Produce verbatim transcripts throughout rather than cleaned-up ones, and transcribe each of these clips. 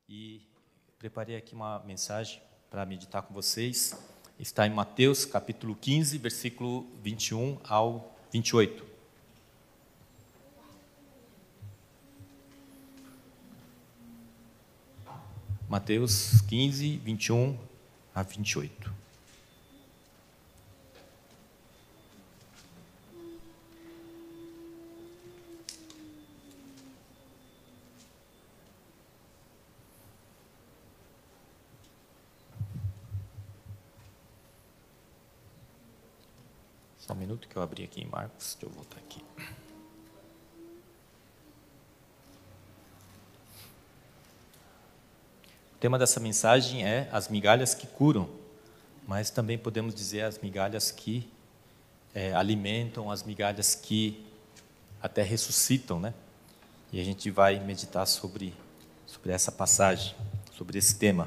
e preparei aqui uma mensagem para meditar com vocês. Está em Mateus, capítulo quinze, versículo vinte e um ao vinte e oito. Mateus quinze, vinte e um a vinte e oito. Só um minuto que eu abri aqui em Marcos, deixa eu voltar aqui. O tema dessa mensagem é as migalhas que curam, mas também podemos dizer as migalhas que é, alimentam, as migalhas que até ressuscitam, né? E a gente vai meditar sobre, sobre essa passagem, sobre esse tema.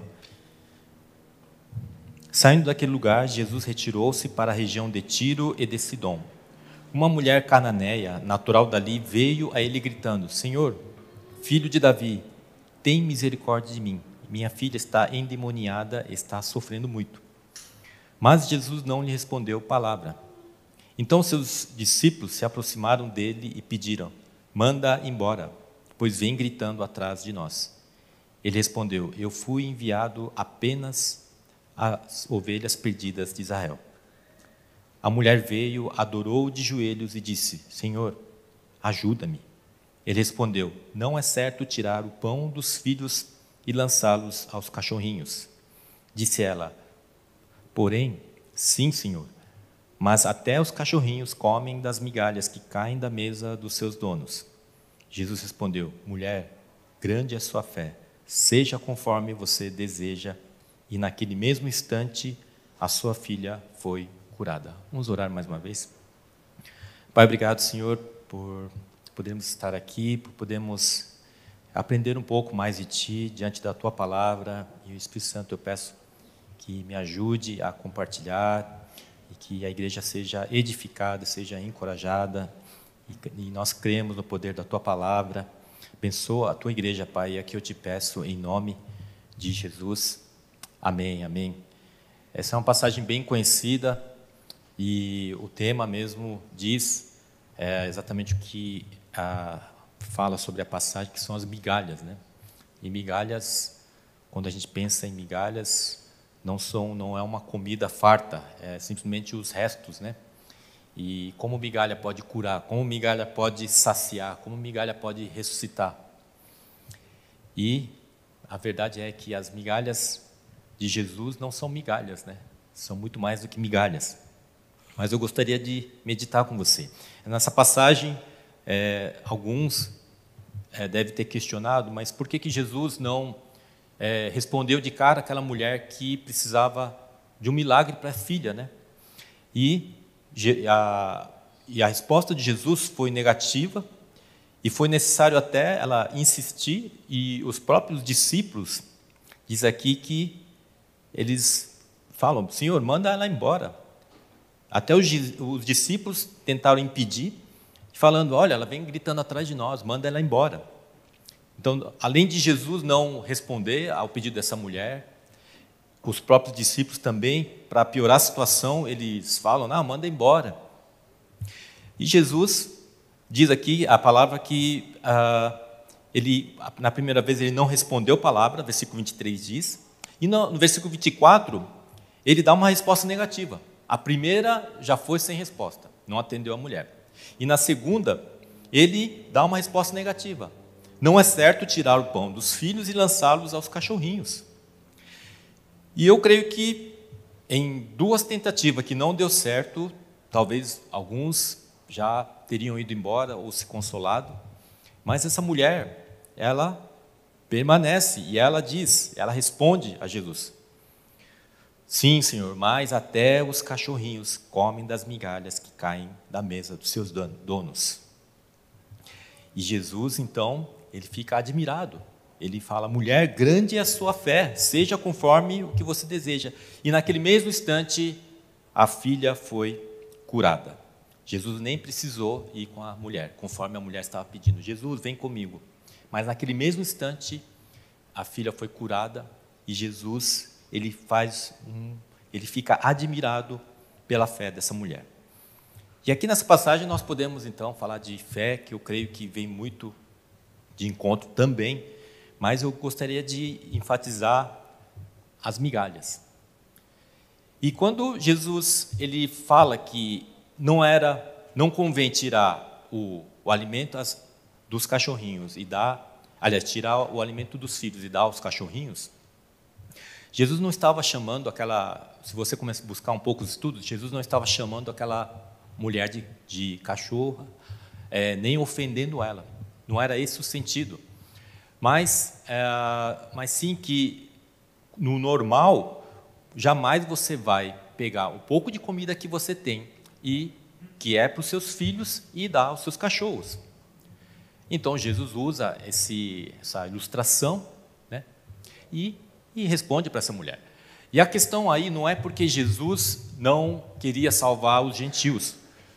Saindo daquele lugar, Jesus retirou-se para a região de Tiro e de Sidom. Uma mulher cananeia, natural dali, veio a ele gritando: Senhor, filho de Davi, tem misericórdia de mim. Minha filha está endemoniada, está sofrendo muito. Mas Jesus não lhe respondeu palavra. Então seus discípulos se aproximaram dele e pediram: manda embora, pois vem gritando atrás de nós. Ele respondeu: eu fui enviado apenas às ovelhas perdidas de Israel. A mulher veio, adorou de joelhos e disse: Senhor, ajuda-me. Ele respondeu: não é certo tirar o pão dos filhos e lançá-los aos cachorrinhos. Disse ela: porém, sim, Senhor, mas até os cachorrinhos comem das migalhas que caem da mesa dos seus donos. Jesus respondeu: mulher, grande é a sua fé, seja conforme você deseja. E naquele mesmo instante, a sua filha foi curada. Vamos orar mais uma vez? Pai, obrigado, Senhor, por podermos estar aqui, por podermos aprender um pouco mais de Ti, diante da Tua palavra. E o Espírito Santo, eu peço que me ajude a compartilhar e que a igreja seja edificada, seja encorajada. E nós cremos no poder da Tua palavra. Abençoa a Tua igreja, Pai, e aqui eu te peço em nome de Jesus. Amém, amém. Essa é uma passagem bem conhecida e o tema mesmo diz é, exatamente o que a, fala sobre a passagem, que são as migalhas, né? E migalhas, quando a gente pensa em migalhas, não são, não é uma comida farta, é simplesmente os restos, né? E como migalha pode curar, como migalha pode saciar, como migalha pode ressuscitar. E a verdade é que as migalhas de Jesus não são migalhas, né? São muito mais do que migalhas. Mas eu gostaria de meditar com você. Nessa passagem, é, alguns é, devem ter questionado, mas por que que Jesus não é, respondeu de cara aquela mulher que precisava de um milagre para a filha, né? E a, e a resposta de Jesus foi negativa, e foi necessário até ela insistir, e os próprios discípulos, diz aqui que eles falam: Senhor, manda ela embora. Até os, os discípulos tentaram impedir, falando: olha, ela vem gritando atrás de nós, manda ela embora. Então, além de Jesus não responder ao pedido dessa mulher, os próprios discípulos também, para piorar a situação, eles falam: não, manda embora. E Jesus diz aqui a palavra que, ah, ele, na primeira vez, ele não respondeu a palavra, versículo vinte e três diz, e no, no versículo vinte e quatro, ele dá uma resposta negativa. A primeira já foi sem resposta, não atendeu a mulher. E na segunda, ele dá uma resposta negativa. Não é certo tirar o pão dos filhos e lançá-los aos cachorrinhos. E eu creio que em duas tentativas que não deu certo, talvez alguns já teriam ido embora ou se consolado, mas essa mulher, ela permanece e ela diz, ela responde a Jesus: sim, Senhor, mas até os cachorrinhos comem das migalhas que caem da mesa dos seus donos. E Jesus, então, ele fica admirado. Ele fala: mulher, grande é a sua fé, seja conforme o que você deseja. E naquele mesmo instante, a filha foi curada. Jesus nem precisou ir com a mulher, conforme a mulher estava pedindo: Jesus, vem comigo. Mas naquele mesmo instante, a filha foi curada e Jesus, ele faz um, ele fica admirado pela fé dessa mulher. E aqui nessa passagem nós podemos então falar de fé, que eu creio que vem muito de encontro também, mas eu gostaria de enfatizar as migalhas. E quando Jesus ele fala que não era, não convém tirar o, o alimento as, dos cachorrinhos e dar, aliás, tirar o alimento dos filhos e dar aos cachorrinhos, Jesus não estava chamando aquela, se você começa a buscar um pouco os estudos, Jesus não estava chamando aquela mulher de, de cachorra, é, nem ofendendo ela. Não era esse o sentido. Mas, é, mas sim que, no normal, jamais você vai pegar o pouco de comida que você tem, e que é para os seus filhos, e dar aos seus cachorros. Então, Jesus usa esse, essa ilustração, né, e, e responde para essa mulher. E a questão aí não é porque Jesus não queria salvar os gentios.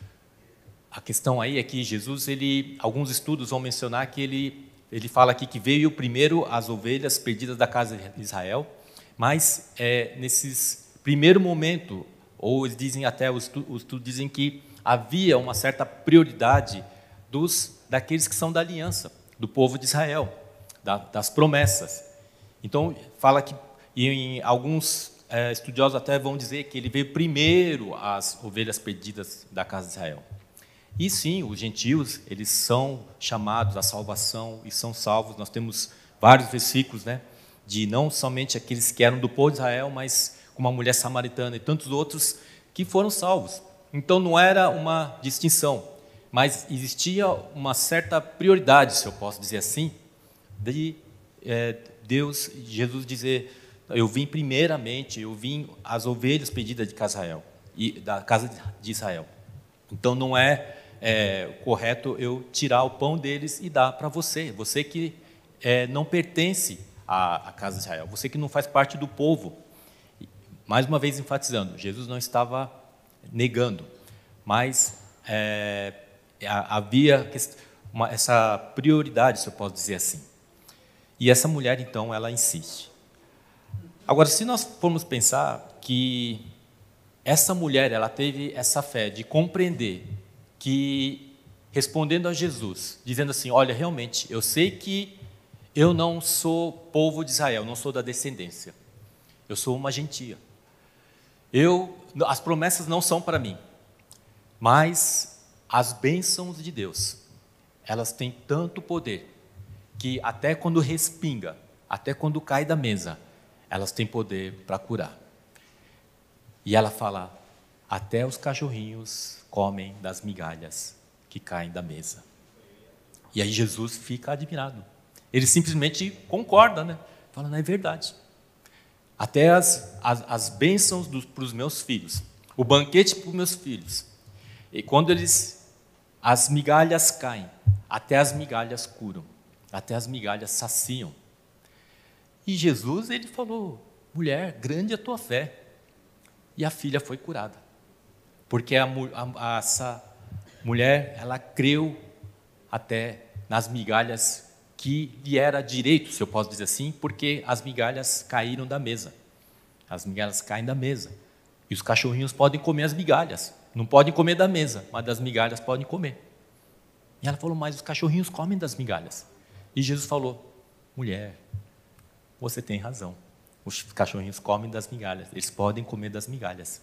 A questão aí é que Jesus, ele, alguns estudos vão mencionar que ele, ele fala aqui que veio primeiro as ovelhas perdidas da casa de Israel, mas é, nesses primeiro momento, ou eles dizem até, os estudos dizem que havia uma certa prioridade dos, daqueles que são da aliança, do povo de Israel, da, das promessas. Então, fala que, e em alguns é, estudiosos até vão dizer que ele veio primeiro as ovelhas perdidas da casa de Israel. E sim, os gentios, eles são chamados à salvação e são salvos. Nós temos vários versículos, né, de não somente aqueles que eram do povo de Israel, mas como a mulher samaritana e tantos outros que foram salvos. Então não era uma distinção, mas existia uma certa prioridade, se eu posso dizer assim, de é, Deus, Jesus dizer, eu vim primeiramente, eu vim as ovelhas perdidas de Israel, e da casa de Israel. Então não é É, correto eu tirar o pão deles e dar para você, você que é, não pertence à, à casa de Israel, você que não faz parte do povo. Mais uma vez enfatizando, Jesus não estava negando, mas é, havia uma, essa prioridade, se eu posso dizer assim. E essa mulher, então, ela insiste. Agora, se nós formos pensar que essa mulher, ela teve essa fé de compreender que, respondendo a Jesus, dizendo assim, olha, realmente, eu sei que eu não sou povo de Israel, não sou da descendência, eu sou uma gentia. Eu, as promessas não são para mim, mas as bênçãos de Deus, elas têm tanto poder, que até quando respinga, até quando cai da mesa, elas têm poder para curar. E ela fala, até os cachorrinhos comem das migalhas que caem da mesa. E aí Jesus fica admirado. Ele simplesmente concorda, né? Fala, não é verdade. Até as, as, as bênçãos para os meus filhos, o banquete para os meus filhos. E quando eles, as migalhas caem, até as migalhas curam, até as migalhas saciam. E Jesus, ele falou, mulher, grande é a tua fé. E a filha foi curada. Porque a, a, essa mulher, ela creu até nas migalhas que lhe era direito, se eu posso dizer assim, porque as migalhas caíram da mesa. As migalhas caem da mesa. E os cachorrinhos podem comer as migalhas. Não podem comer da mesa, mas das migalhas podem comer. E ela falou, mas os cachorrinhos comem das migalhas. E Jesus falou, mulher, você tem razão. Os cachorrinhos comem das migalhas. Eles podem comer das migalhas.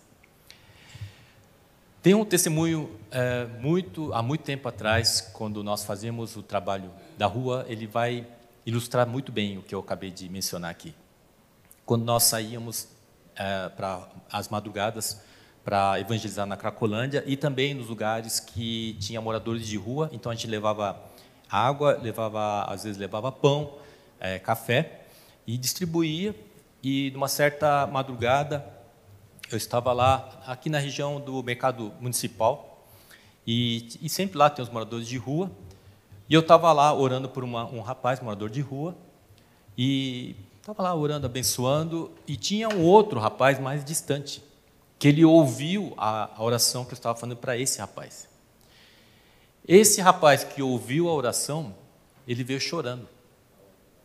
Tem um testemunho, é, muito, há muito tempo atrás, quando nós fazíamos o trabalho da rua, ele vai ilustrar muito bem o que eu acabei de mencionar aqui. Quando nós saíamos é, para as madrugadas para evangelizar na Cracolândia e também nos lugares que tinha moradores de rua, então a gente levava água, levava, às vezes levava pão, é, café e distribuía. E numa certa madrugada eu estava lá, aqui na região do mercado municipal, e, e sempre lá tem os moradores de rua, e eu estava lá orando por uma, um rapaz, morador de rua, e estava lá orando, abençoando, e tinha um outro rapaz mais distante, que ele ouviu a, a oração que eu estava fazendo para esse rapaz. Esse rapaz que ouviu a oração, ele veio chorando.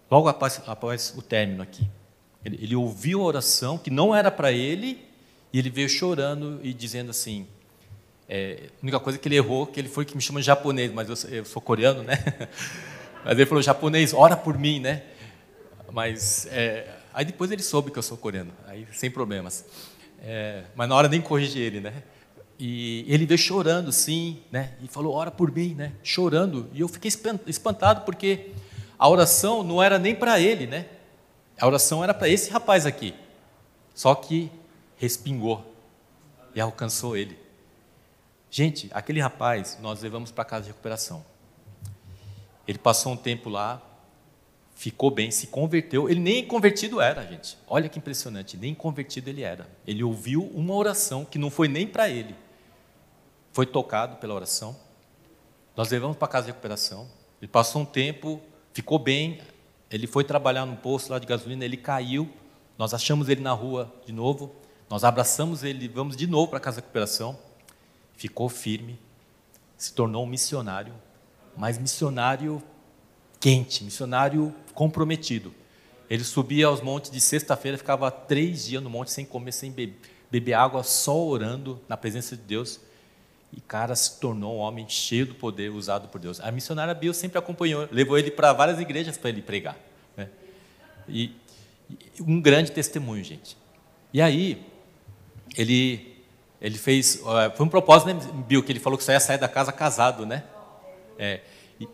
logo após, após o término aqui. Ele, ele ouviu a oração que não era para ele, e ele veio chorando e dizendo assim, é, a única coisa que ele errou, que ele foi que me chama de japonês, mas eu, eu sou coreano, né? Mas ele falou, japonês, ora por mim, né? Mas, é, aí depois ele soube que eu sou coreano, aí sem problemas. É, mas na hora nem corrigi ele, né? E ele veio chorando, sim, né? E falou, ora por mim, né? Chorando. E eu fiquei espantado, porque a oração não era nem para ele, né? A oração era para esse rapaz aqui. Só que respingou e alcançou ele. Gente, aquele rapaz, nós levamos para a casa de recuperação. Ele passou um tempo lá, ficou bem, se converteu. Ele nem convertido era, gente. Olha que impressionante, nem convertido ele era. Ele ouviu uma oração que não foi nem para ele. Foi tocado pela oração. Nós levamos para a casa de recuperação. Ele passou um tempo, ficou bem. Ele foi trabalhar num posto lá de gasolina, ele caiu. Nós achamos ele na rua de novo. Nós abraçamos ele, vamos de novo para a casa de recuperação. Ficou firme, se tornou um missionário, mas missionário quente, missionário comprometido. Ele subia aos montes de sexta-feira, ficava três dias no monte sem comer, sem beber, beber água, só orando na presença de Deus. E, cara, se tornou um homem cheio do poder, usado por Deus. A missionária Bill sempre acompanhou, levou ele para várias igrejas para ele pregar, né? E, e um grande testemunho, gente. E aí, ele, ele fez, foi um propósito, né, Bill, que ele falou que só ia sair da casa casado, né? É, e,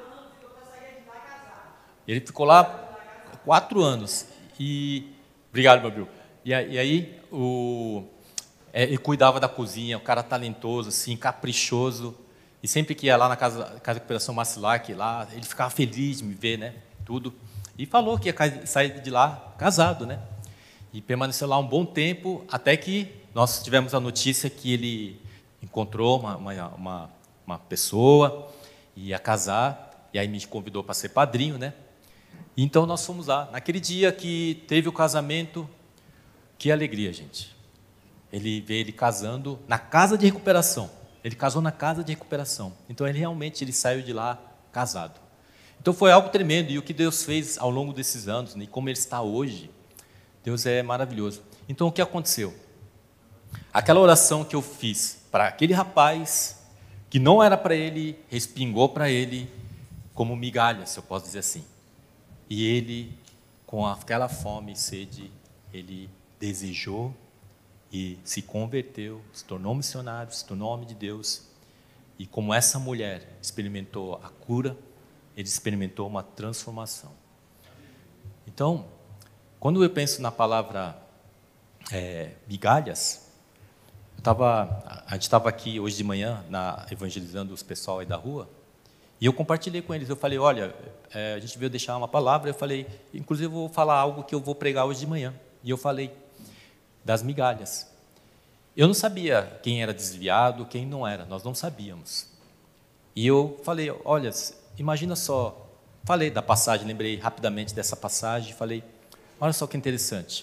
ele ficou lá quatro anos. E, obrigado, meu Bill. E, e aí, o... É, ele cuidava da cozinha, um cara talentoso, assim, caprichoso. E sempre que ia lá na casa, casa de recuperação Macilac, lá, ele ficava feliz de me ver, né? Tudo. E falou que ia sair de lá casado, né? E permaneceu lá um bom tempo, até que nós tivemos a notícia que ele encontrou uma, uma, uma, uma pessoa, ia casar, e aí me convidou para ser padrinho, né? E então nós fomos lá. Naquele dia que teve o casamento, que alegria, gente. Ele vê ele casando na casa de recuperação. Ele casou na casa de recuperação. Então, ele realmente ele saiu de lá casado. Então, foi algo tremendo. E o que Deus fez ao longo desses anos, né, e como Ele está hoje, Deus é maravilhoso. Então, o que aconteceu? Aquela oração que eu fiz para aquele rapaz, que não era para ele, respingou para ele como migalha, se eu posso dizer assim. E ele, com aquela fome e sede, ele desejou e se converteu, se tornou missionário, se tornou homem de Deus. E como essa mulher experimentou a cura, ele experimentou uma transformação. Então, quando eu penso na palavra é, migalhas, eu tava, a gente estava aqui hoje de manhã, na, evangelizando os pessoal aí da rua, e eu compartilhei com eles, eu falei, olha, é, a gente veio deixar uma palavra, eu falei, inclusive eu vou falar algo que eu vou pregar hoje de manhã. E eu falei das migalhas. Eu não sabia quem era desviado, quem não era, nós não sabíamos. E eu falei, olha, imagina só, falei da passagem, lembrei rapidamente dessa passagem, falei, olha só que interessante.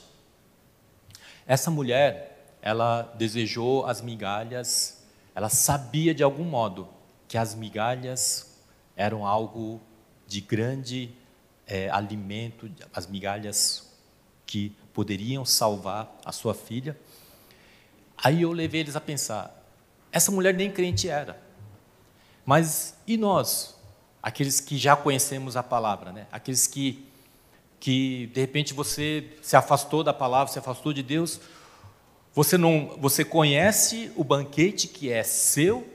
Essa mulher, ela desejou as migalhas, ela sabia de algum modo que as migalhas eram algo de grande é, alimento, as migalhas que poderiam salvar a sua filha. Aí eu levei eles a pensar, essa mulher nem crente era, mas e nós, aqueles que já conhecemos a palavra, né? Aqueles que, que de repente você se afastou da palavra, se afastou de Deus, você, não, você conhece o banquete que é seu,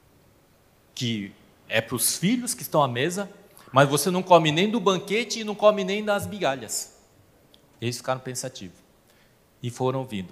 que é para os filhos que estão à mesa, mas você não come nem do banquete e não come nem das migalhas. Eles ficaram pensativos e foram vindo.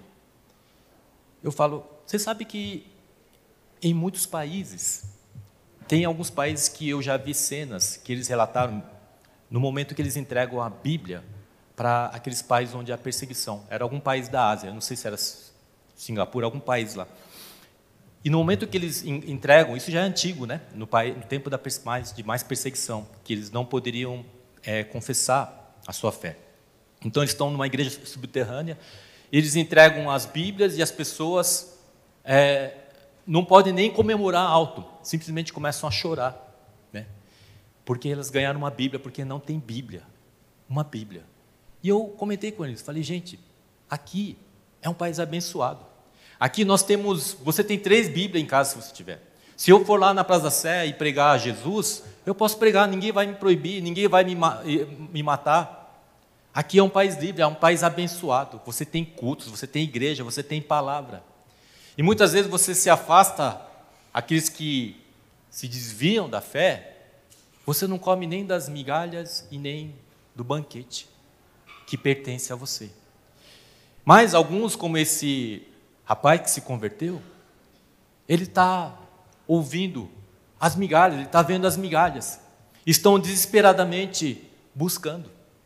Eu falo, você sabe que em muitos países, tem alguns países que eu já vi cenas que eles relataram no momento que eles entregam a Bíblia para aqueles países onde há perseguição. Era algum país da Ásia, não sei se era Singapura, algum país lá. E no momento que eles entregam, isso já é antigo, né? No, país, no tempo da, mais, de mais perseguição, que eles não poderiam é, confessar a sua fé. Então, eles estão numa igreja subterrânea, eles entregam as Bíblias e as pessoas é, não podem nem comemorar alto, simplesmente começam a chorar, né? Porque elas ganharam uma Bíblia, porque não tem Bíblia. uma Bíblia. E eu comentei com eles, falei, gente, aqui é um país abençoado. Aqui nós temos, você tem três Bíblias em casa, se você tiver. Se eu for lá na Praça da Sé e pregar Jesus, eu posso pregar, ninguém vai me proibir, ninguém vai me, me matar. Aqui é um país livre, é um país abençoado. Você tem cultos, você tem igreja, você tem palavra. E muitas vezes você se afasta, aqueles que se desviam da fé, você não come nem das migalhas e nem do banquete que pertence a você. Mas alguns, como esse rapaz que se converteu, ele está ouvindo as migalhas, ele está vendo as migalhas, estão desesperadamente buscando.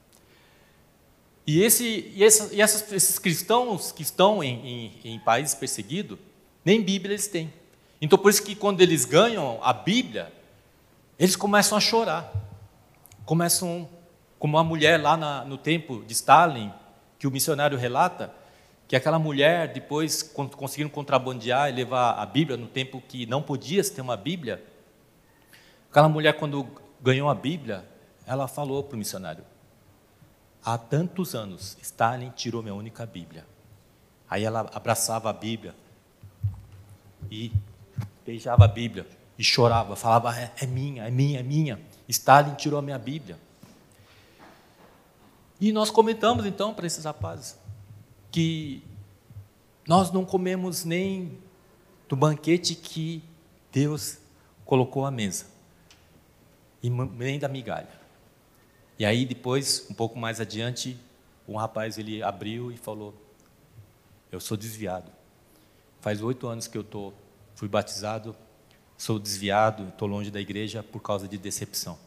E, esse, e, essa, e essas, esses cristãos que estão em, em, em países perseguidos, nem Bíblia eles têm. Então, por isso que quando eles ganham a Bíblia, eles começam a chorar. Começam, como a mulher lá na, no tempo de Stalin, que o missionário relata, que aquela mulher, depois, quando conseguiram contrabandear e levar a Bíblia, no tempo que não podia ter uma Bíblia, aquela mulher, quando ganhou a Bíblia, ela falou para o missionário, há tantos anos, Stalin tirou minha única Bíblia. Aí ela abraçava a Bíblia e beijava a Bíblia e chorava, falava, é, é minha, é minha, é minha. Stalin tirou a minha Bíblia. E nós comentamos então para esses rapazes que nós não comemos nem do banquete que Deus colocou à mesa, e nem da migalha. E aí depois, um pouco mais adiante, um rapaz ele abriu e falou, eu sou desviado. Faz oito anos que eu tô, fui batizado, sou desviado, estou longe da igreja por causa de decepção.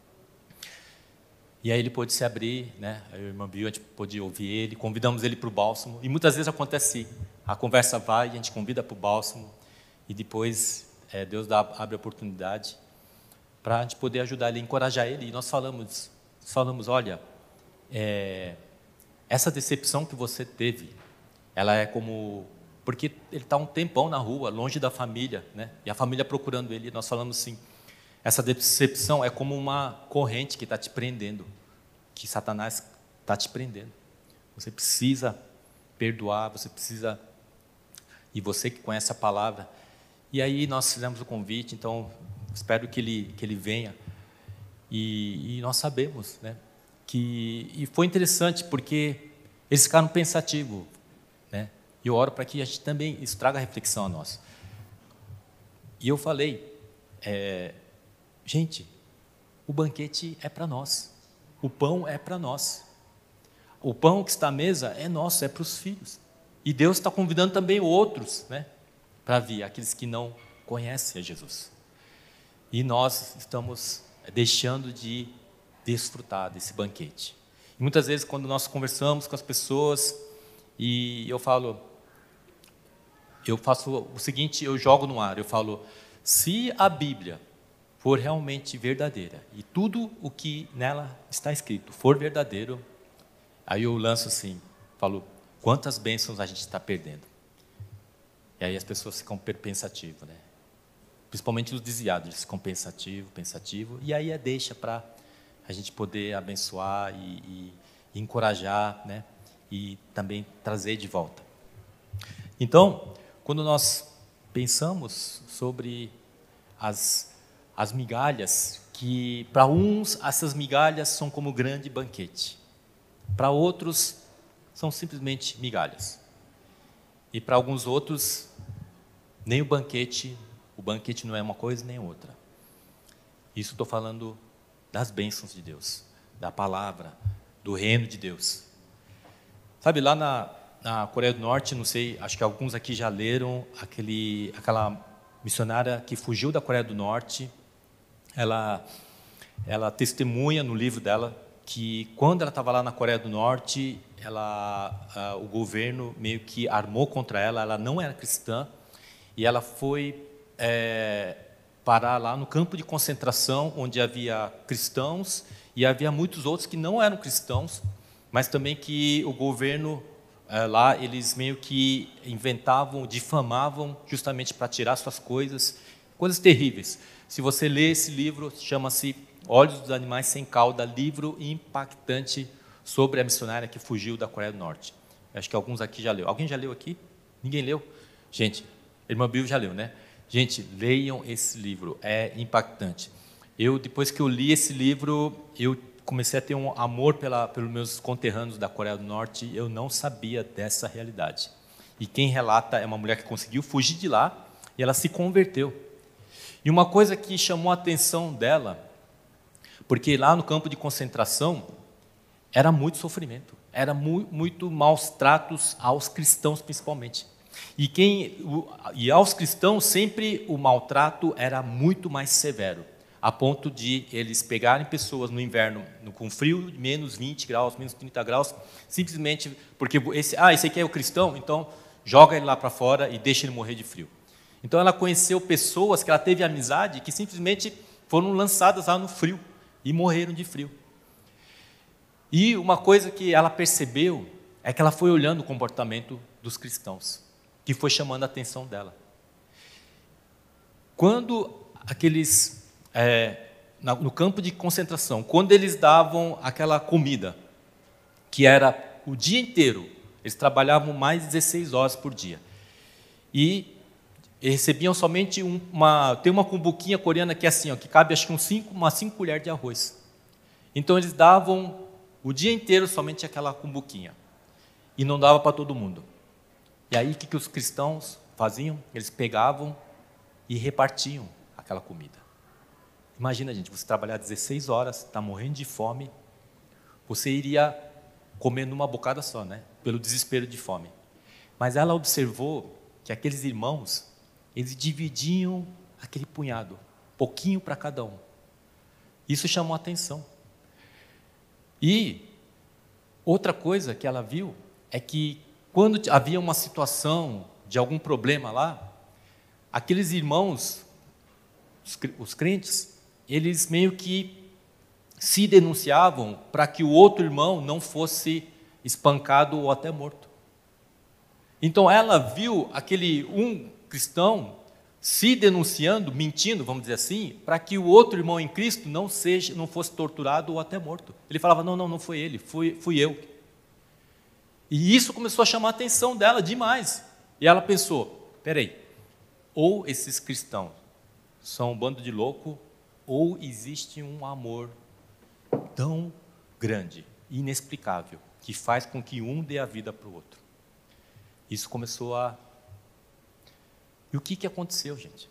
E aí ele pôde se abrir, né? A irmã Bill, a gente pôde ouvir ele, convidamos ele para o bálsamo, e muitas vezes acontece, a conversa vai, a gente convida para o bálsamo, e depois é, Deus dá, abre a oportunidade para a gente poder ajudar ele, encorajar ele, e nós falamos, falamos olha, é, essa decepção que você teve, ela é como, porque ele está um tempão na rua, longe da família, né? E a família procurando ele, e nós falamos assim, essa decepção é como uma corrente que está te prendendo, que Satanás está te prendendo. Você precisa perdoar, você precisa, e você que conhece a palavra. E aí nós fizemos o convite, então espero que ele, que ele venha. E, e nós sabemos, né, que, e foi interessante porque eles ficaram pensativos, né, e eu oro para que a gente também, isso traga reflexão a nós. E eu falei, é, gente, o banquete é para nós, o pão é para nós, o pão que está à mesa é nosso, é para os filhos, e Deus está convidando também outros, né, para vir, aqueles que não conhecem a Jesus, e nós estamos deixando de desfrutar desse banquete. E muitas vezes quando nós conversamos com as pessoas, e eu falo, eu faço o seguinte, eu jogo no ar, eu falo, se a Bíblia for realmente verdadeira, e tudo o que nela está escrito for verdadeiro, aí eu lanço assim, falo, quantas bênçãos a gente está perdendo? E aí as pessoas ficam pensativas, né? Principalmente os desviados, eles ficam pensativos, pensativos, e aí é deixa para a gente poder abençoar e, e, e encorajar, né? E também trazer de volta. Então, quando nós pensamos sobre as as migalhas, que para uns essas migalhas são como grande banquete, para outros são simplesmente migalhas, e para alguns outros nem o banquete, o banquete não é uma coisa nem outra. Isso estou falando das bênçãos de Deus, da palavra, do reino de Deus. Sabe, lá na, na Coreia do Norte, não sei, acho que alguns aqui já leram aquele, aquela missionária que fugiu da Coreia do Norte. Ela, ela testemunha no livro dela que quando ela estava lá na Coreia do Norte, ela, a, o governo meio que armou contra ela, ela não era cristã, e ela foi é, parar lá no campo de concentração, onde havia cristãos, e havia muitos outros que não eram cristãos, mas também que o governo é, lá, eles meio que inventavam, difamavam, justamente para tirar suas coisas, coisas terríveis. Se você ler esse livro, chama-se Olhos dos Animais Sem Cauda, livro impactante sobre a missionária que fugiu da Coreia do Norte. Acho que alguns aqui já leu. Alguém já leu aqui? Ninguém leu? Gente, a irmã Bill já leu, né? Gente, leiam esse livro, é impactante. Eu, depois que eu li esse livro, eu comecei a ter um amor pela, pelos meus conterrâneos da Coreia do Norte. Eu não sabia dessa realidade. E quem relata é uma mulher que conseguiu fugir de lá e ela se converteu. E uma coisa que chamou a atenção dela, porque lá no campo de concentração era muito sofrimento, era mu muito maus tratos aos cristãos principalmente. E, quem, e aos cristãos sempre o maltrato era muito mais severo, a ponto de eles pegarem pessoas no inverno com frio, menos vinte graus, menos trinta graus, simplesmente porque esse, ah, esse aqui é o cristão, então joga ele lá para fora e deixa ele morrer de frio. Então ela conheceu pessoas que ela teve amizade que simplesmente foram lançadas lá no frio e morreram de frio. E uma coisa que ela percebeu é que ela foi olhando o comportamento dos cristãos, que foi chamando a atenção dela. Quando aqueles, é, no campo de concentração, quando eles davam aquela comida, que era o dia inteiro, eles trabalhavam mais de dezesseis horas por dia, e recebiam somente um, uma, tem uma cumbuquinha coreana que é assim, ó, que cabe acho que uns cinco, umas cinco colheres de arroz. Então eles davam o dia inteiro somente aquela cumbuquinha, e não dava para todo mundo. E aí o que, que os cristãos faziam? Eles pegavam e repartiam aquela comida. Imagina, gente, você trabalhar dezesseis horas, está morrendo de fome, você iria comer numa bocada só, né? Pelo desespero de fome. Mas ela observou que aqueles irmãos, eles dividiam aquele punhado, pouquinho para cada um. Isso chamou a atenção. E outra coisa que ela viu é que quando havia uma situação de algum problema lá, aqueles irmãos, os crentes, eles meio que se denunciavam para que o outro irmão não fosse espancado ou até morto. Então ela viu aquele um cristão se denunciando, mentindo, vamos dizer assim, para que o outro irmão em Cristo não seja, não fosse torturado ou até morto. Ele falava, não, não, não foi ele, fui, fui eu. E isso começou a chamar a atenção dela demais. E ela pensou, peraí, ou esses cristãos são um bando de louco, ou existe um amor tão grande, inexplicável, que faz com que um dê a vida para o outro. Isso começou a... E o que, que aconteceu, gente?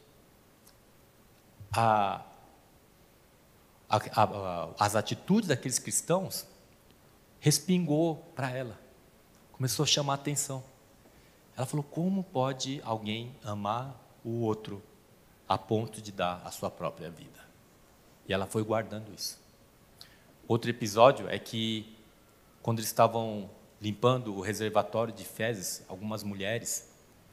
A, a, a, a, as atitudes daqueles cristãos respingou para ela. Começou a chamar a atenção. Ela falou, como pode alguém amar o outro a ponto de dar a sua própria vida? E ela foi guardando isso. Outro episódio é que, quando eles estavam limpando o reservatório de fezes, algumas mulheres,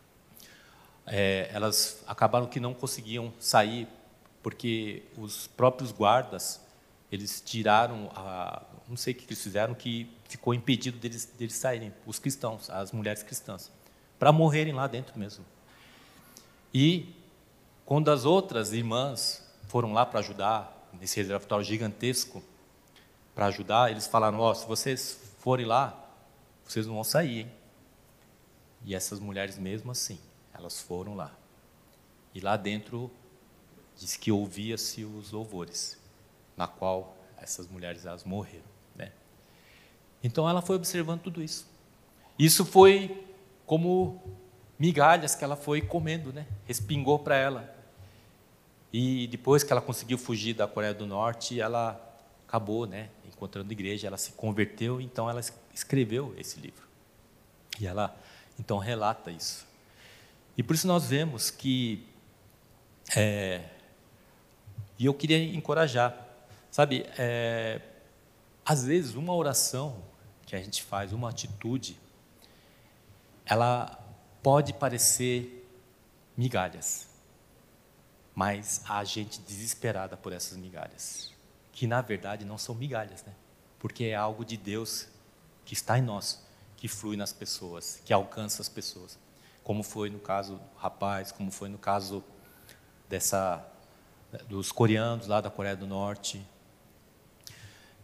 é, elas acabaram que não conseguiam sair, porque os próprios guardas, eles tiraram, a, não sei o que eles fizeram, que ficou impedido deles, deles saírem, os cristãos, as mulheres cristãs, para morrerem lá dentro mesmo. E, quando as outras irmãs foram lá para ajudar, nesse reservatório gigantesco, para ajudar, eles falaram, ó, oh, se vocês forem lá, vocês não vão sair, hein? E essas mulheres mesmo assim, elas foram lá. E lá dentro, diz que ouvia-se os louvores, na qual essas mulheres, elas morreram, né? Então, ela foi observando tudo isso. Isso foi como migalhas que ela foi comendo, né? Respingou para ela. E depois que ela conseguiu fugir da Coreia do Norte, ela acabou, né, encontrando igreja, ela se converteu, então ela escreveu esse livro. E ela, então, relata isso. E por isso nós vemos que, é, e eu queria encorajar, sabe, é, às vezes uma oração que a gente faz, uma atitude, ela pode parecer migalhas, mas há gente desesperada por essas migalhas, que na verdade não são migalhas, né? Porque é algo de Deus que está em nós, que flui nas pessoas, que alcança as pessoas, como foi no caso do rapaz, como foi no caso dessa, dos coreanos lá da Coreia do Norte,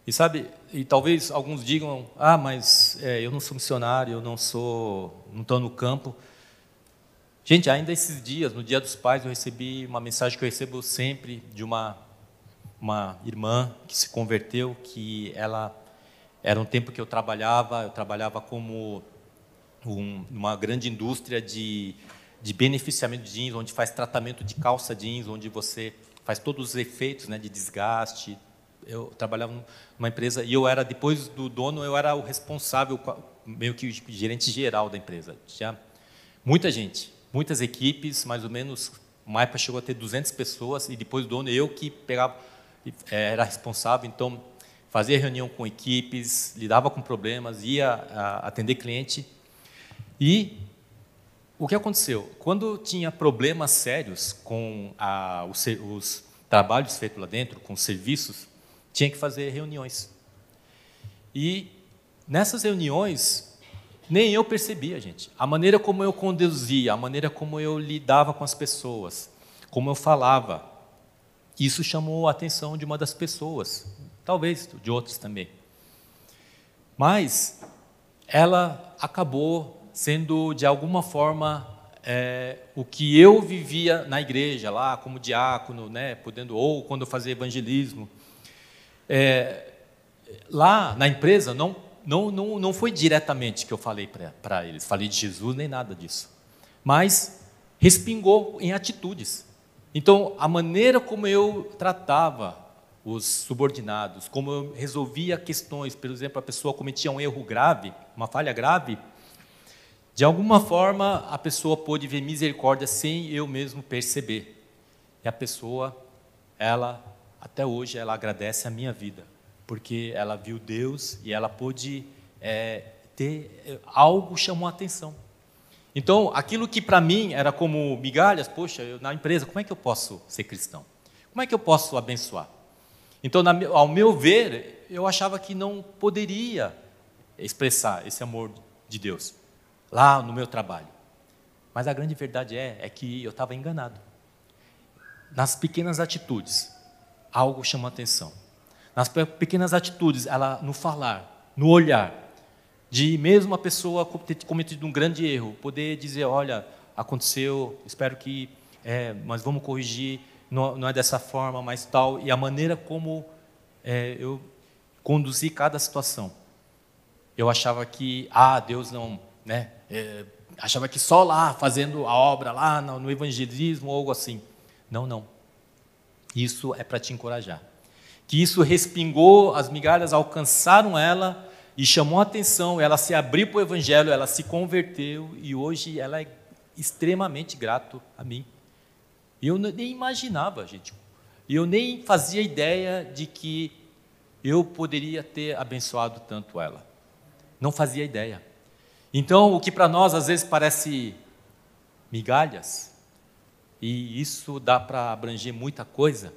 E sabe, e talvez alguns digam, ah, mas é, eu não sou missionário, eu não sou, não estou no campo. Gente, ainda esses dias, no Dia dos Pais, eu recebi uma mensagem que eu recebo sempre de uma, uma irmã que se converteu, que ela, era um tempo que eu trabalhava, eu trabalhava como um, uma grande indústria de, de beneficiamento de jeans, onde faz tratamento de calça jeans, onde você faz todos os efeitos, né, de desgaste. Eu trabalhava numa empresa e eu era, depois do dono, eu era o responsável, meio que o gerente geral da empresa. Tinha muita gente, muitas equipes, mais ou menos, uma época chegou a ter duzentas pessoas, e depois do dono, eu que pegava, era responsável, então, fazia reunião com equipes, lidava com problemas, ia atender cliente. E o que aconteceu? Quando tinha problemas sérios com a, os, os trabalhos feitos lá dentro, com os serviços, tinha que fazer reuniões. E nessas reuniões, nem eu percebia, gente. A maneira como eu conduzia, a maneira como eu lidava com as pessoas, como eu falava, isso chamou a atenção de uma das pessoas, talvez de outras também. Mas ela acabou sendo, de alguma forma, é, o que eu vivia na igreja, lá como diácono, né, podendo, ou quando eu fazia evangelismo. É, lá na empresa, não, não, não, não foi diretamente que eu falei para eles, falei de Jesus, nem nada disso. Mas respingou em atitudes. Então, a maneira como eu tratava os subordinados, como eu resolvia questões, por exemplo, a pessoa cometia um erro grave, uma falha grave, de alguma forma a pessoa pôde ver misericórdia sem eu mesmo perceber. E a pessoa, ela, até hoje, ela agradece a minha vida, porque ela viu Deus e ela pôde é, ter, algo chamou a atenção. Então, aquilo que para mim era como migalhas, poxa, eu, na empresa, como é que eu posso ser cristão? Como é que eu posso abençoar? Então, na, ao meu ver, eu achava que não poderia expressar esse amor de Deus lá no meu trabalho. Mas a grande verdade é, é que eu estava enganado. Nas pequenas atitudes, algo chama atenção. Nas pequenas atitudes, ela no falar, no olhar, de mesmo a pessoa ter cometido um grande erro, poder dizer, olha, aconteceu, espero que, é, mas vamos corrigir, não, não é dessa forma, mas tal, e a maneira como é, eu conduzi cada situação. Eu achava que, ah, Deus não, né, é, achava que só lá, fazendo a obra lá no, no evangelismo ou algo assim. Não, não. Isso é para te encorajar. Que isso respingou, as migalhas alcançaram ela e chamou a atenção, ela se abriu para o evangelho, ela se converteu e hoje ela é extremamente grato a mim. E eu nem imaginava, gente. E eu nem fazia ideia de que eu poderia ter abençoado tanto ela. Não fazia ideia. Então, o que para nós às vezes parece migalhas, e isso dá para abranger muita coisa,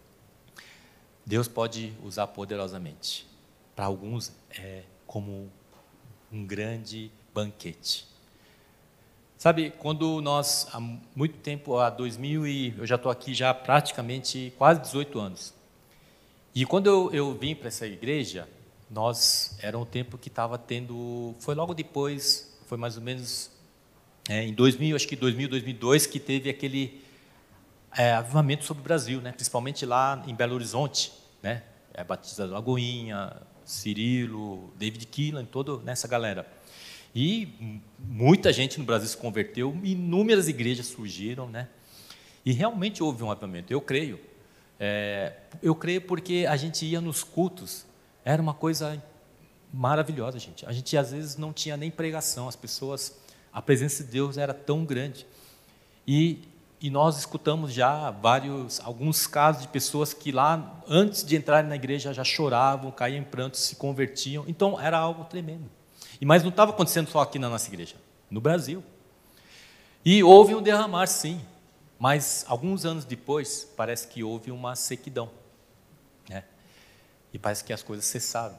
Deus pode usar poderosamente. Para alguns é como um grande banquete. Sabe, quando nós, há muito tempo, há dois mil e eu já estou aqui já praticamente quase dezoito anos. E quando eu, eu vim para essa igreja, nós, era um tempo que estava tendo, foi logo depois, foi mais ou menos é, em dois mil, acho que dois mil, dois mil e dois, que teve aquele é, avivamento sobre o Brasil, né? Principalmente lá em Belo Horizonte, né? É, Batista da Lagoinha, Cirilo, David Keelan, toda nessa galera. E muita gente no Brasil se converteu, inúmeras igrejas surgiram, né? E realmente houve um avivamento, eu creio. É, eu creio porque a gente ia nos cultos, era uma coisa maravilhosa, gente. A gente às vezes não tinha nem pregação, as pessoas, a presença de Deus era tão grande. E, e nós escutamos já vários, alguns casos de pessoas que lá, antes de entrarem na igreja, já choravam, caíam em prantos, se convertiam. Então, era algo tremendo. E, mas não estava acontecendo só aqui na nossa igreja, no Brasil. E houve um derramar, sim. Mas, alguns anos depois, parece que houve uma sequidão. Né? E parece que as coisas cessaram.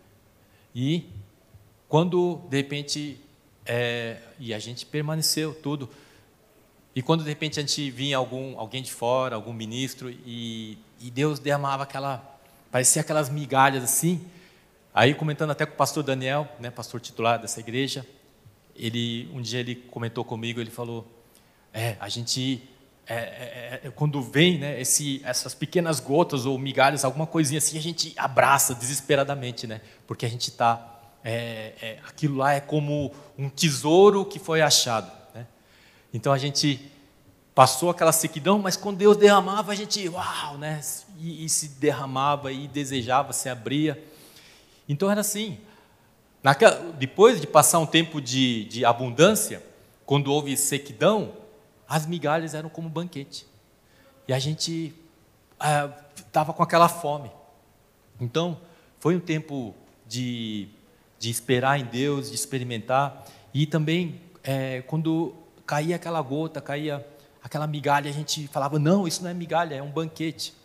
E, quando, de repente, é, e a gente permaneceu tudo. E quando, de repente, a gente vinha algum, alguém de fora, algum ministro, e, e Deus derramava aquela parecia aquelas migalhas assim. Aí, comentando até com o pastor Daniel, né, pastor titular dessa igreja, ele, um dia ele comentou comigo, ele falou, é, a gente, é, é, é, quando vem, né, esse, essas pequenas gotas ou migalhas, alguma coisinha assim, a gente abraça desesperadamente, né, porque a gente está, é, é, aquilo lá é como um tesouro que foi achado, né? Então a gente passou aquela sequidão, mas quando Deus derramava, a gente, uau, né, e, e se derramava e desejava, se abria. Então era assim, naquela, depois de passar um tempo de, de abundância, quando houve sequidão, as migalhas eram como um banquete. E a gente estava ah, com aquela fome. Então, foi um tempo de, de esperar em Deus, de experimentar. E também, é, quando caía aquela gota, caía aquela migalha, a gente falava, não, isso não é migalha, é um banquete.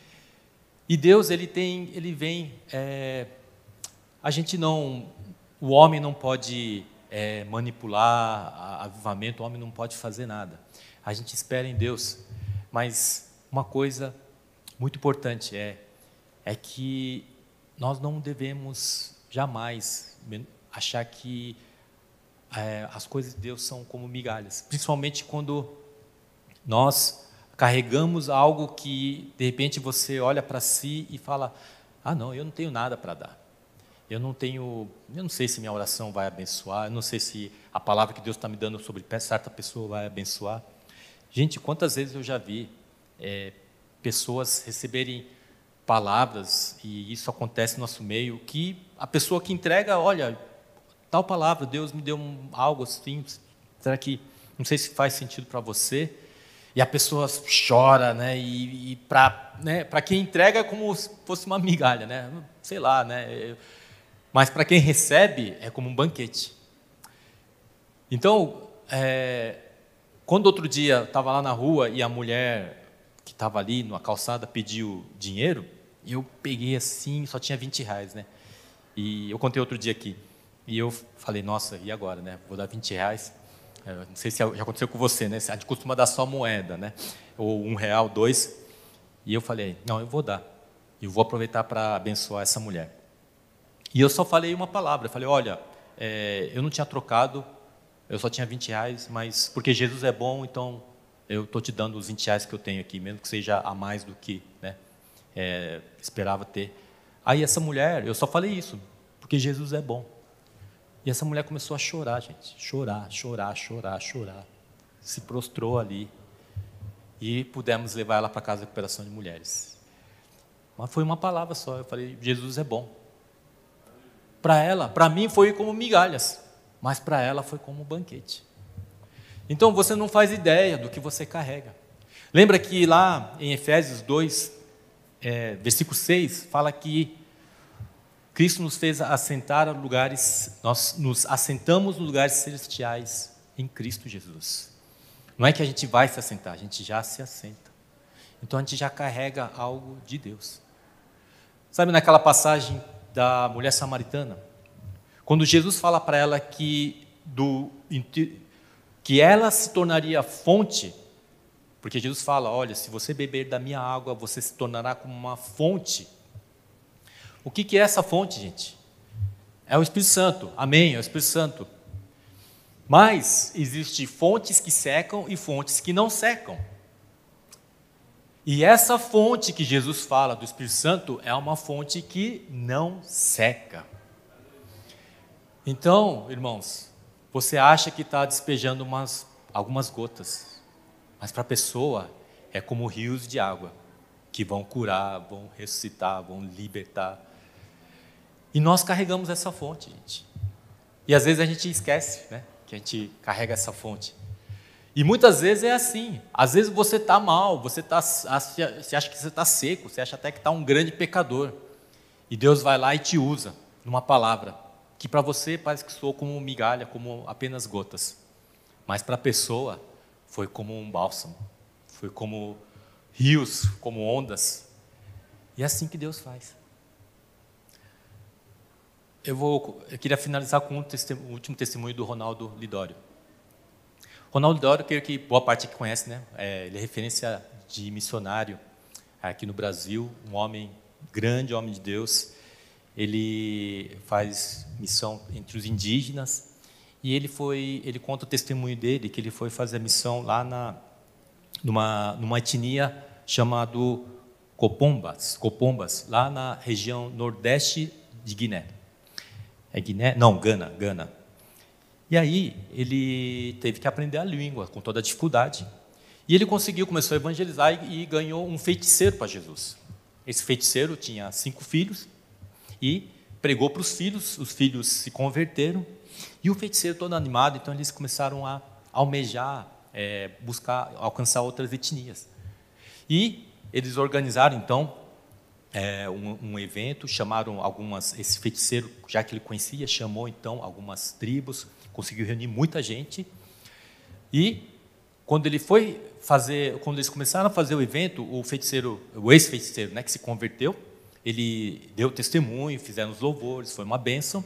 E Deus, ele, tem, ele vem... É, a gente não... O homem não pode é, manipular avivamento, o homem não pode fazer nada. A gente espera em Deus. Mas uma coisa muito importante é, é que nós não devemos jamais achar que é, as coisas de Deus são como migalhas. Principalmente quando nós carregamos algo que, de repente, você olha para si e fala, ah, não, eu não tenho nada para dar. Eu não tenho, eu não sei se minha oração vai abençoar, eu não sei se a palavra que Deus está me dando sobre certa pessoa vai abençoar. Gente, quantas vezes eu já vi é, pessoas receberem palavras, e isso acontece no nosso meio, que a pessoa que entrega, olha, tal palavra, Deus me deu um, algo assim, será que, não sei se faz sentido para você, e a pessoa chora, né, e, e para, né, para quem entrega é como se fosse uma migalha, né, sei lá, né, mas para quem recebe é como um banquete. Então, é, quando outro dia estava lá na rua e a mulher que estava ali na calçada pediu dinheiro, eu peguei assim, só tinha vinte reais, né? E eu contei outro dia aqui. E eu falei, nossa, e agora, né? Vou dar vinte reais. É, não sei se já aconteceu com você, né? A gente costuma dar só moeda, né? Ou um real, dois. E eu falei, não, eu vou dar. E eu vou aproveitar para abençoar essa mulher. E eu só falei uma palavra. Eu falei, olha, é, eu não tinha trocado, eu só tinha vinte reais, mas porque Jesus é bom, então eu estou te dando os vinte reais que eu tenho aqui, mesmo que seja a mais do que, né, é, esperava ter. Aí essa mulher, eu só falei isso, porque Jesus é bom. E essa mulher começou a chorar, gente, chorar, chorar, chorar, chorar. Se prostrou ali e pudemos levar ela para a casa de recuperação de mulheres. Mas foi uma palavra só, eu falei, Jesus é bom. Para ela, para mim foi como migalhas, mas para ela foi como um banquete. Então você não faz ideia do que você carrega. Lembra que lá em Efésios dois, é, versículo seis, fala que Cristo nos fez assentar a lugares, nós nos assentamos nos lugares celestiais em Cristo Jesus. Não é que a gente vai se assentar, a gente já se assenta. Então a gente já carrega algo de Deus. Sabe naquela passagem da mulher samaritana, quando Jesus fala para ela que, do, que ela se tornaria fonte, porque Jesus fala, olha, se você beber da minha água, você se tornará como uma fonte. O que, que é essa fonte, gente? É o Espírito Santo, amém, é o Espírito Santo. Mas existem fontes que secam e fontes que não secam. E essa fonte que Jesus fala do Espírito Santo é uma fonte que não seca. Então, irmãos, você acha que está despejando umas, algumas gotas, mas para a pessoa é como rios de água, que vão curar, vão ressuscitar, vão libertar. E nós carregamos essa fonte, gente. E às vezes a gente esquece, né, que a gente carrega essa fonte. E muitas vezes é assim, às vezes você está mal, você, tá, você acha que você está seco, você acha até que está um grande pecador. E Deus vai lá e te usa numa palavra, que para você parece que soou como migalha, como apenas gotas. Mas para a pessoa foi como um bálsamo, foi como rios, como ondas. E é assim que Deus faz. Eu, vou, eu queria finalizar com um testemunho, o último testemunho do Ronaldo Lidório. Ronaldo Lidório, creio que boa parte aqui conhece, né? É, ele é referência de missionário aqui no Brasil, um homem grande homem de Deus. Ele faz missão entre os indígenas e ele foi, ele conta o testemunho dele que ele foi fazer a missão lá na numa numa etnia chamado Copombas, Copombas, lá na região nordeste de Guiné. É Guiné? Não, Gana, Gana. E aí ele teve que aprender a língua com toda a dificuldade. E ele conseguiu, começou a evangelizar e, e ganhou um feiticeiro para Jesus. Esse feiticeiro tinha cinco filhos e pregou para os filhos, os filhos se converteram. E o feiticeiro todo animado, então eles começaram a almejar, é, buscar, alcançar outras etnias. E eles organizaram, então, é, um, um evento, chamaram algumas, esse feiticeiro, já que ele conhecia, chamou, então, algumas tribos, conseguiu reunir muita gente. E, quando ele foi fazer, quando eles começaram a fazer o evento, o feiticeiro, o ex-feiticeiro, né, que se converteu, ele deu testemunho, fizeram os louvores, foi uma bênção.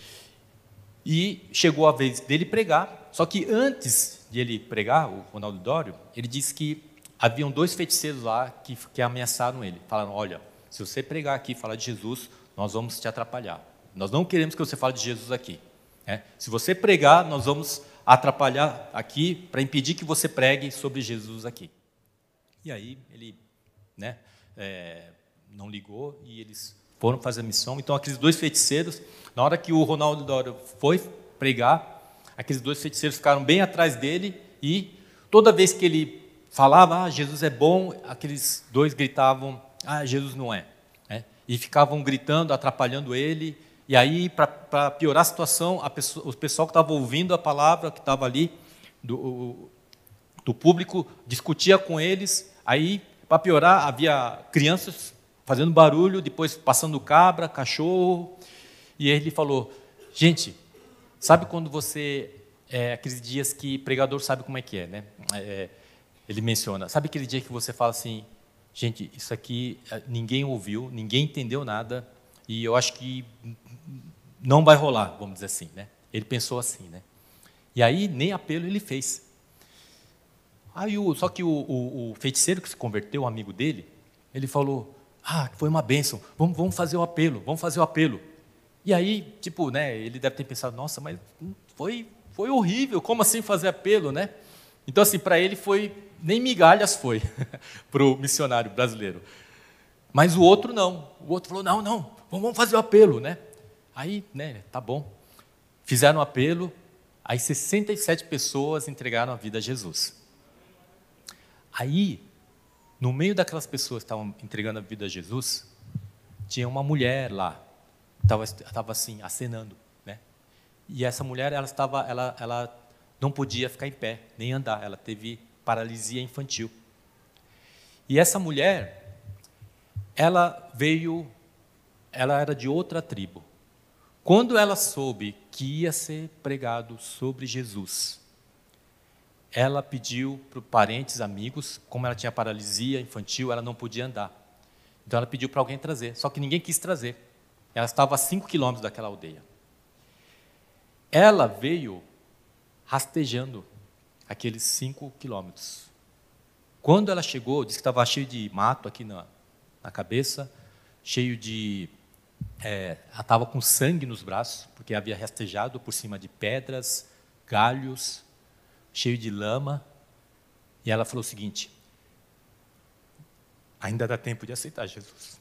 E chegou a vez dele pregar, só que antes de ele pregar, o Ronaldo Dório, ele disse que haviam dois feiticeiros lá que, que ameaçaram ele. Falaram, olha, se você pregar aqui e falar de Jesus, nós vamos te atrapalhar. Nós não queremos que você fale de Jesus aqui. Né? Se você pregar, nós vamos atrapalhar aqui para impedir que você pregue sobre Jesus aqui. E aí ele, né, é, não ligou e eles foram fazer a missão. Então, aqueles dois feiticeiros, na hora que o Ronaldo Dório foi pregar, aqueles dois feiticeiros ficaram bem atrás dele e toda vez que ele falava, ah, Jesus é bom, aqueles dois gritavam, ah, Jesus não é. Né? E ficavam gritando, atrapalhando ele. E aí, para piorar a situação, a pessoa, o pessoal que estava ouvindo a palavra, que estava ali, do, do público, discutia com eles. Aí, para piorar, havia crianças fazendo barulho, depois passando cabra, cachorro. E ele falou, gente, sabe quando você... É, aqueles dias que pregador sabe como é que é, né? É, ele menciona, sabe aquele dia que você fala assim, gente, isso aqui ninguém ouviu, ninguém entendeu nada, e eu acho que não vai rolar, vamos dizer assim, né? Ele pensou assim, né? E aí, nem apelo ele fez. Aí, o, só que o, o, o feiticeiro que se converteu, um amigo dele, ele falou, ah, foi uma bênção, vamos, vamos fazer o apelo, vamos fazer o apelo. E aí, tipo, né, ele deve ter pensado, nossa, mas foi, foi horrível, como assim fazer apelo, né? Então, assim, para ele foi, nem migalhas foi, para o missionário brasileiro. Mas o outro não, o outro falou, não, não, vamos fazer o apelo, né? Aí, né, tá bom. Fizeram o apelo, aí sessenta e sete pessoas entregaram a vida a Jesus. Aí, no meio daquelas pessoas que estavam entregando a vida a Jesus, tinha uma mulher lá, estava, estava assim, acenando, né? E essa mulher, ela estava, ela, ela não podia ficar em pé, nem andar, ela teve paralisia infantil. E essa mulher, ela veio, ela era de outra tribo. Quando ela soube que ia ser pregado sobre Jesus, ela pediu para parentes, amigos, como ela tinha paralisia infantil, ela não podia andar. Então ela pediu para alguém trazer, só que ninguém quis trazer. Ela estava a cinco quilômetros daquela aldeia. Ela veio rastejando aqueles cinco quilômetros. Quando ela chegou, disse que estava cheio de mato aqui na, na cabeça, cheio de... É, ela estava com sangue nos braços, porque havia rastejado por cima de pedras, galhos, cheio de lama. E ela falou o seguinte, ainda dá tempo de aceitar Jesus.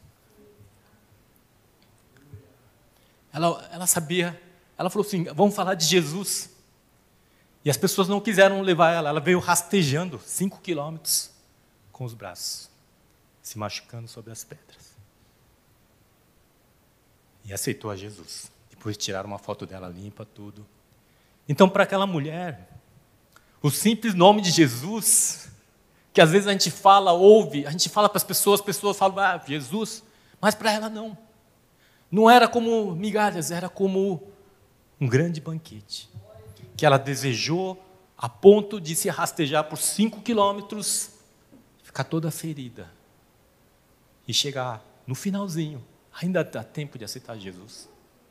Ela, ela sabia, ela falou assim, vamos falar de Jesus. E as pessoas não quiseram levar ela, ela veio rastejando cinco quilômetros com os braços, se machucando sobre as pedras. E aceitou a Jesus. Depois tiraram uma foto dela limpa, tudo. Então, para aquela mulher, o simples nome de Jesus, que às vezes a gente fala, ouve, a gente fala para as pessoas, as pessoas falam, ah, Jesus, mas para ela não. Não era como migalhas, era como um grande banquete, que ela desejou a ponto de se rastejar por cinco quilômetros, ficar toda ferida, e chegar no finalzinho, ainda dá tempo de aceitar Jesus.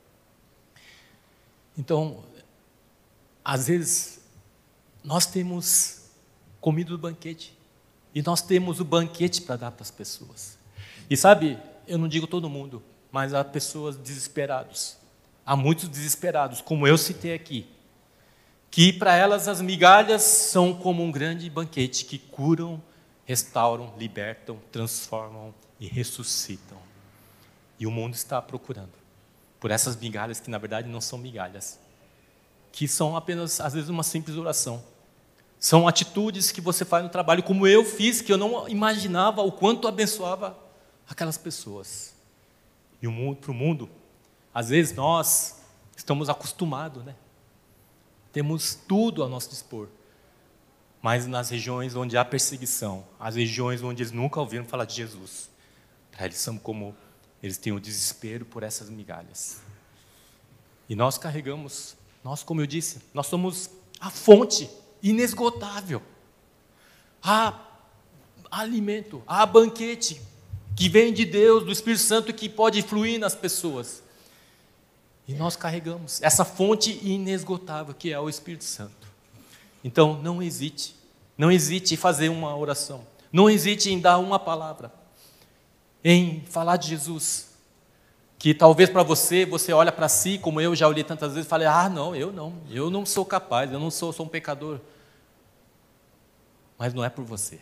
Então, às vezes, nós temos comido o banquete, e nós temos o banquete para dar para as pessoas. E sabe, eu não digo todo mundo, mas há pessoas desesperadas. Há muitos desesperados, como eu citei aqui, que para elas as migalhas são como um grande banquete que curam, restauram, libertam, transformam e ressuscitam. E o mundo está procurando por essas migalhas que na verdade não são migalhas, que são apenas, às vezes, uma simples oração. São atitudes que você faz no trabalho, como eu fiz, que eu não imaginava o quanto abençoava aquelas pessoas. E o mundo, para o mundo, às vezes nós estamos acostumados, né? Temos tudo a nosso dispor. Mas nas regiões onde há perseguição, as regiões onde eles nunca ouviram falar de Jesus, para eles são como, eles têm o desespero por essas migalhas. E nós carregamos, nós, como eu disse, nós somos a fonte inesgotável. Há alimento, há banquete que vem de Deus, do Espírito Santo, que pode fluir nas pessoas. E nós carregamos essa fonte inesgotável que é o Espírito Santo. Então, não hesite. Não hesite em fazer uma oração. Não hesite em dar uma palavra. Em falar de Jesus. Que talvez para você, você olha para si, como eu já olhei tantas vezes, e falei, ah, não, eu não. Eu não sou capaz, eu não sou, sou um pecador. Mas não é por você.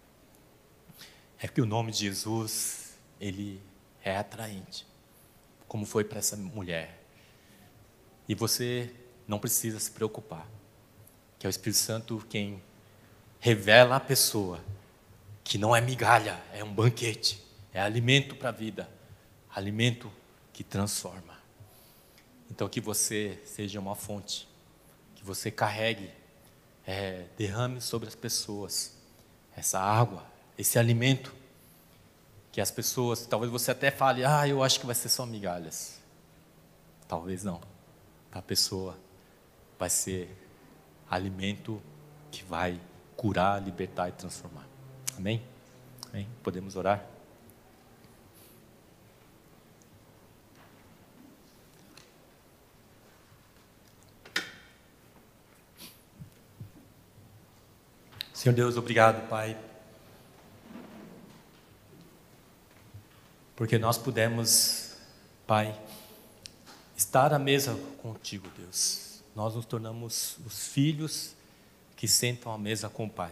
É que o nome de Jesus, ele é atraente. Como foi para essa mulher. E você não precisa se preocupar, que é o Espírito Santo quem revela a pessoa que não é migalha, é um banquete, é alimento para a vida, alimento que transforma. Então que você seja uma fonte, que você carregue, é, derrame sobre as pessoas essa água, esse alimento, que as pessoas, talvez você até fale, ah, eu acho que vai ser só migalhas. Talvez não. A pessoa vai ser alimento que vai curar, libertar e transformar. Amém? Amém? Podemos orar? Senhor Deus, obrigado, Pai, porque nós pudemos, Pai, estar à mesa contigo, Deus. Nós nos tornamos os filhos que sentam à mesa com o Pai.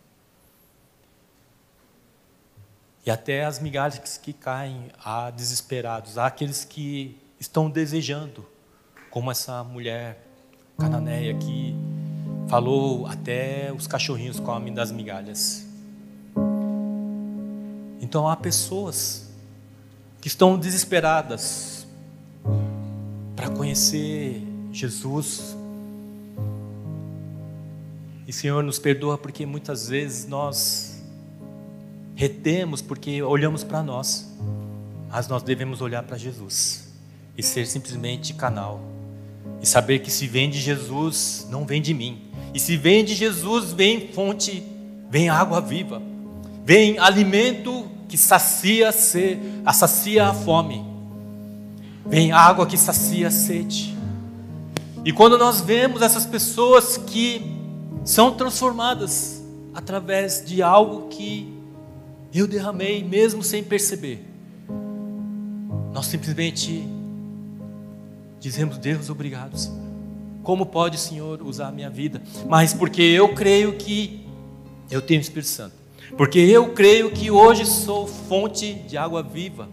E até as migalhas que caem, há desesperados, há aqueles que estão desejando, como essa mulher cananeia que falou, até os cachorrinhos comem das migalhas. Então há pessoas que estão desesperadas para conhecer Jesus. E Senhor, nos perdoa porque muitas vezes nós retemos porque olhamos para nós, mas nós devemos olhar para Jesus e ser simplesmente canal e saber que se vem de Jesus, não vem de mim, e se vem de Jesus, vem fonte, vem água viva, vem alimento que sacia, se, sacia a fome, vem água que sacia a sede. E quando nós vemos essas pessoas que são transformadas através de algo que eu derramei, mesmo sem perceber, nós simplesmente dizemos, Deus, obrigado, Senhor. Como pode, Senhor, usar a minha vida? Mas porque eu creio que eu tenho o Espírito Santo, porque eu creio que hoje sou fonte de água viva,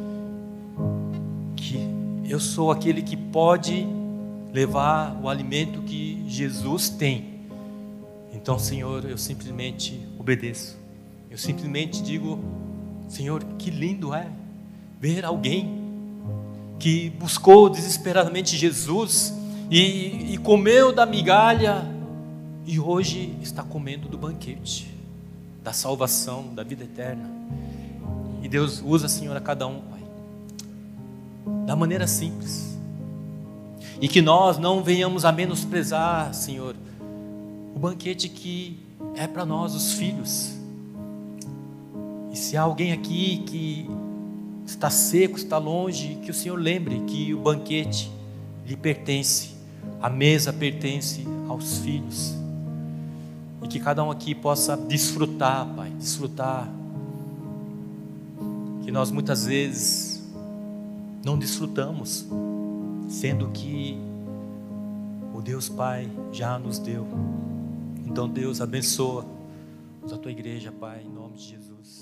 que eu sou aquele que pode levar o alimento que Jesus tem. Então, Senhor, eu simplesmente obedeço. Eu simplesmente digo, Senhor, que lindo é ver alguém que buscou desesperadamente Jesus e, e comeu da migalha e hoje está comendo do banquete da salvação, da vida eterna. E Deus usa, Senhor, a cada um, Pai, da maneira simples. E que nós não venhamos a menosprezar, Senhor, o banquete que é para nós, os filhos. E se há alguém aqui que está seco, está longe, que o Senhor lembre que o banquete lhe pertence, a mesa pertence aos filhos. E que cada um aqui possa desfrutar, Pai, desfrutar. que nós muitas vezes não desfrutamos, sendo que o Deus Pai já nos deu. Então, Deus, abençoa a tua igreja, Pai, em nome de Jesus.